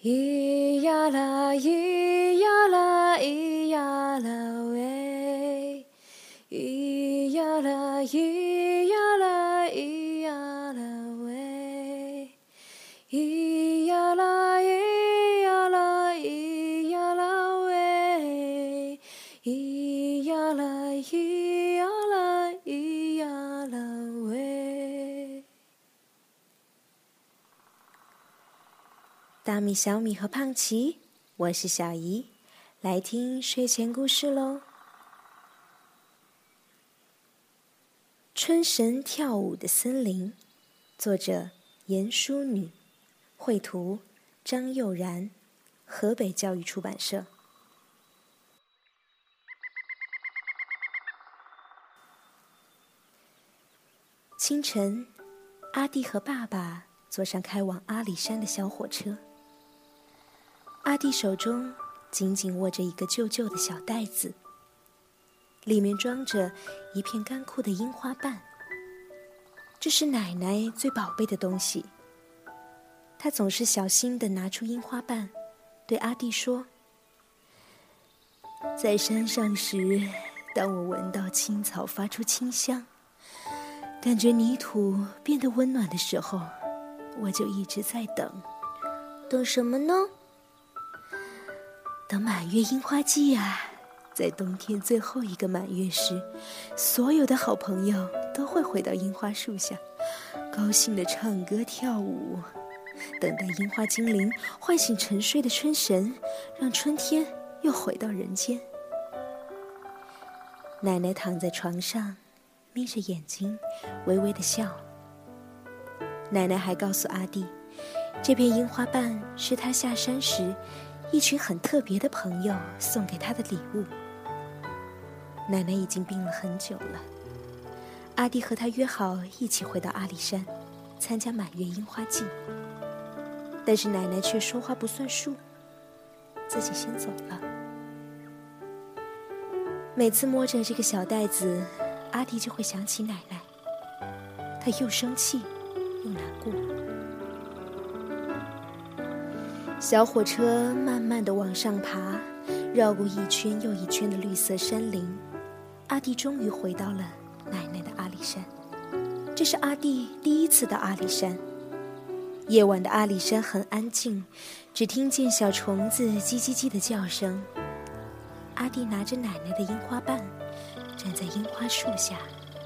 咿呀啦咿呀啦咿呀啦喂，咿呀啦咿呀啦咿呀啦喂，咿呀啦咿呀啦咿呀啦喂，咿呀啦咿呀啦咿呀啦喂。大米、小米和胖奇，我是小姨，来听睡前故事喽。春神跳舞的森林，作者严淑女，绘图张佑然，河北教育出版社。清晨，阿弟和爸爸坐上开往阿里山的小火车。阿弟手中紧紧握着一个旧旧的小袋子，里面装着一片干枯的樱花瓣。这是奶奶最宝贝的东西。她总是小心地拿出樱花瓣，对阿弟说：在山上时，当我闻到青草发出清香，感觉泥土变得温暖的时候，我就一直在等。等什么呢？等满月樱花季呀，在冬天最后一个满月时，所有的好朋友都会回到樱花树下，高兴地唱歌跳舞，等待樱花精灵唤醒沉睡的春神，让春天又回到人间。奶奶躺在床上，眯着眼睛，微微地笑。奶奶还告诉阿弟，这片樱花瓣是他下山时一群很特别的朋友送给他的礼物。奶奶已经病了很久了，阿弟和他约好一起回到阿里山参加满月樱花季，但是奶奶却说话不算数，自己先走了。每次摸着这个小袋子，阿弟就会想起奶奶，他又生气又难过。小火车慢慢地往上爬，绕过一圈又一圈的绿色山林，阿弟终于回到了奶奶的阿里山。这是阿弟第一次到阿里山。夜晚的阿里山很安静，只听见小虫子叽叽叽的叫声。阿弟拿着奶奶的樱花瓣，站在樱花树下。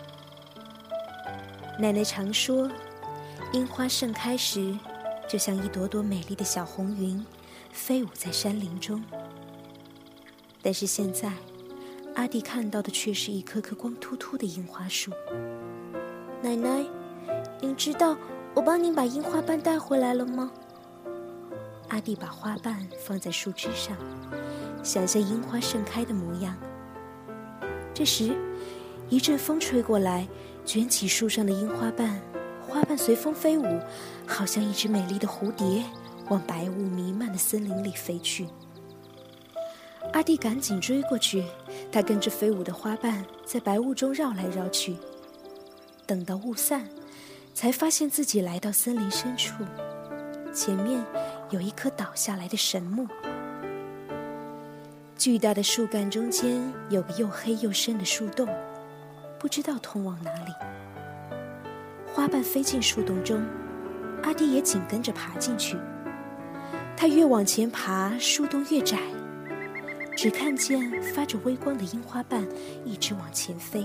奶奶常说，樱花盛开时就像一朵朵美丽的小红云，飞舞在山林中。但是现在，阿弟看到的却是一棵棵光秃秃的樱花树。奶奶，您知道我帮您把樱花瓣带回来了吗？阿弟把花瓣放在树枝上，想象樱花盛开的模样。这时，一阵风吹过来，卷起树上的樱花瓣，花瓣随风飞舞，好像一只美丽的蝴蝶，往白雾弥漫的森林里飞去。阿弟赶紧追过去，他跟着飞舞的花瓣在白雾中绕来绕去。等到雾散，才发现自己来到森林深处，前面有一棵倒下来的神木。巨大的树干中间有个又黑又深的树洞，不知道通往哪里。花瓣飞进树洞中，阿弟也紧跟着爬进去。他越往前爬，树洞越窄，只看见发着微光的樱花瓣一直往前飞。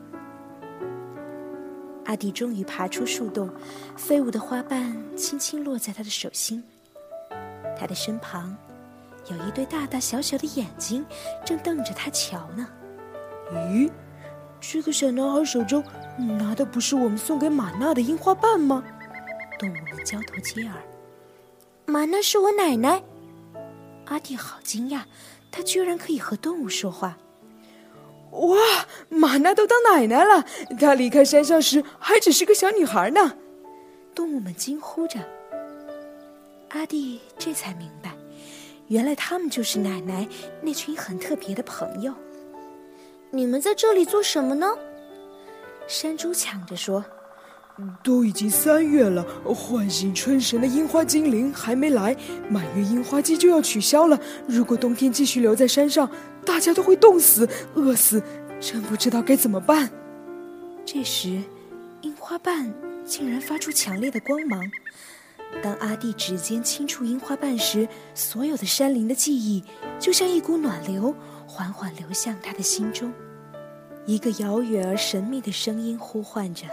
阿弟终于爬出树洞，飞舞的花瓣轻轻落在他的手心。他的身旁有一对大大小小的眼睛，正瞪着他瞧呢。咦，这个小男孩手中拿的不是我们送给玛娜的樱花瓣吗？动物们交头接耳。玛娜是我奶奶。阿弟好惊讶，他居然可以和动物说话。哇，玛娜都当奶奶了，她离开山上时还只是个小女孩呢。动物们惊呼着。阿弟这才明白，原来他们就是奶奶那群很特别的朋友。你们在这里做什么呢？山猪抢着说， 都已经3月了，唤醒春神的樱花精灵还没来，满月樱花季就要取消了。如果冬天继续留在山上，大家都会冻死、饿死，真不知道该怎么办。 这时，樱花瓣竟然发出强烈的光芒。当阿弟指尖轻触樱花瓣时，所有的山林的记忆就像一股暖流，缓缓流向他的心中。一个遥远而神秘的声音呼唤着：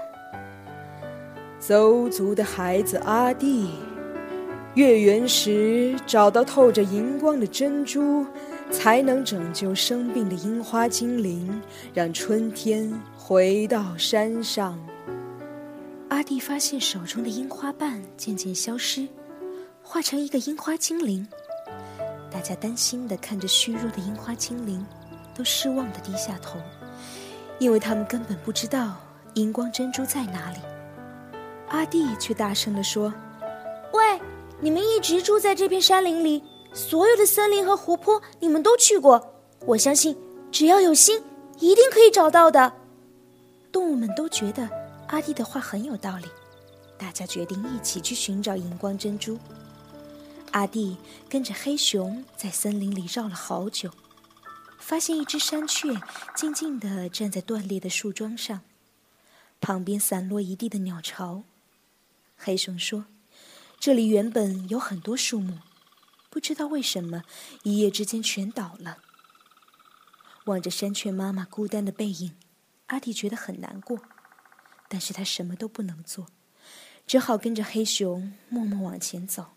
邹族的孩子阿弟，月圆时找到透着银光的珍珠，才能拯救生病的樱花精灵，让春天回到山上。 阿弟发现手中的樱花瓣渐渐消失，化成一个樱花精灵。大家担心地看着虚弱的樱花精灵，都失望地低下头，因为他们根本不知道荧光珍珠在哪里。阿弟却大声地说：喂，你们一直住在这片山林里，所有的森林和湖泊你们都去过，我相信只要有心，一定可以找到的。动物们都觉得阿弟的话很有道理，大家决定一起去寻找荧光珍珠。阿弟跟着黑熊在森林里绕了好久，发现一只山雀静静地站在断裂的树桩上，旁边散落一地的鸟巢。黑熊说，这里原本有很多树木，不知道为什么一夜之间全倒了。望着山雀妈妈孤单的背影，阿弟觉得很难过，但是他什么都不能做，只好跟着黑熊默默往前走。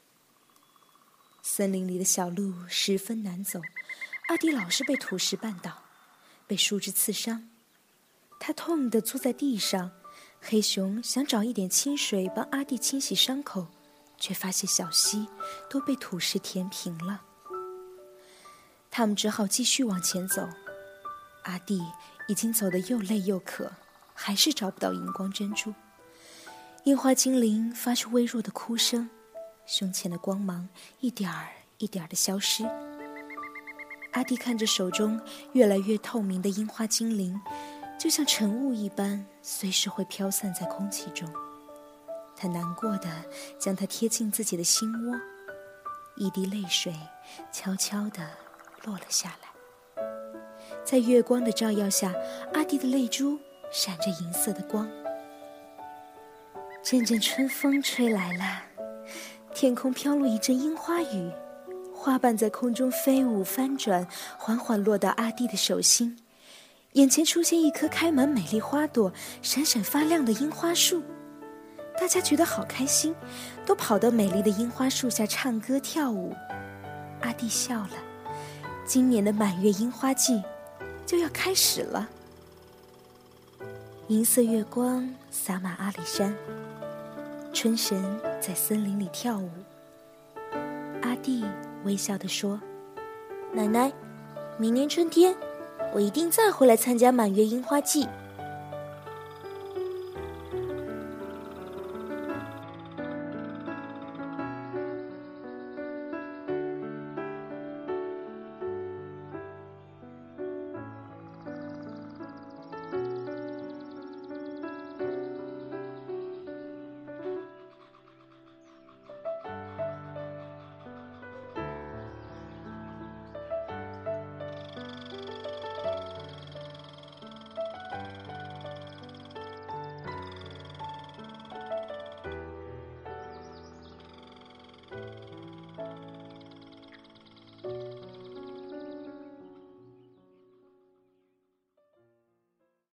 森林里的小路十分难走，阿弟老是被土石绊倒，被树枝刺伤。他痛得坐在地上，黑熊想找一点清水帮阿弟清洗伤口，却发现小溪都被土石填平了。他们只好继续往前走。阿弟已经走得又累又渴，还是找不到荧光珍珠。樱花精灵发出微弱的哭声，胸前的光芒一点儿一点儿地消失。阿弟看着手中越来越透明的樱花精灵，就像晨雾一般，随时会飘散在空气中。他难过地将它贴近自己的心窝，一滴泪水悄悄地落了下来。在月光的照耀下，阿弟的泪珠闪着银色的光。阵阵春风吹来了，天空飘落一阵樱花雨，花瓣在空中飞舞翻转，缓缓落到阿弟的手心。眼前出现一棵开满美丽花朵、闪闪发亮的樱花树，大家觉得好开心，都跑到美丽的樱花树下唱歌跳舞。阿弟笑了，今年的满月樱花季就要开始了。银色月光洒满阿里山，春神在森林里跳舞。阿弟微笑地说：奶奶，明年春天我一定再回来参加满月樱花季。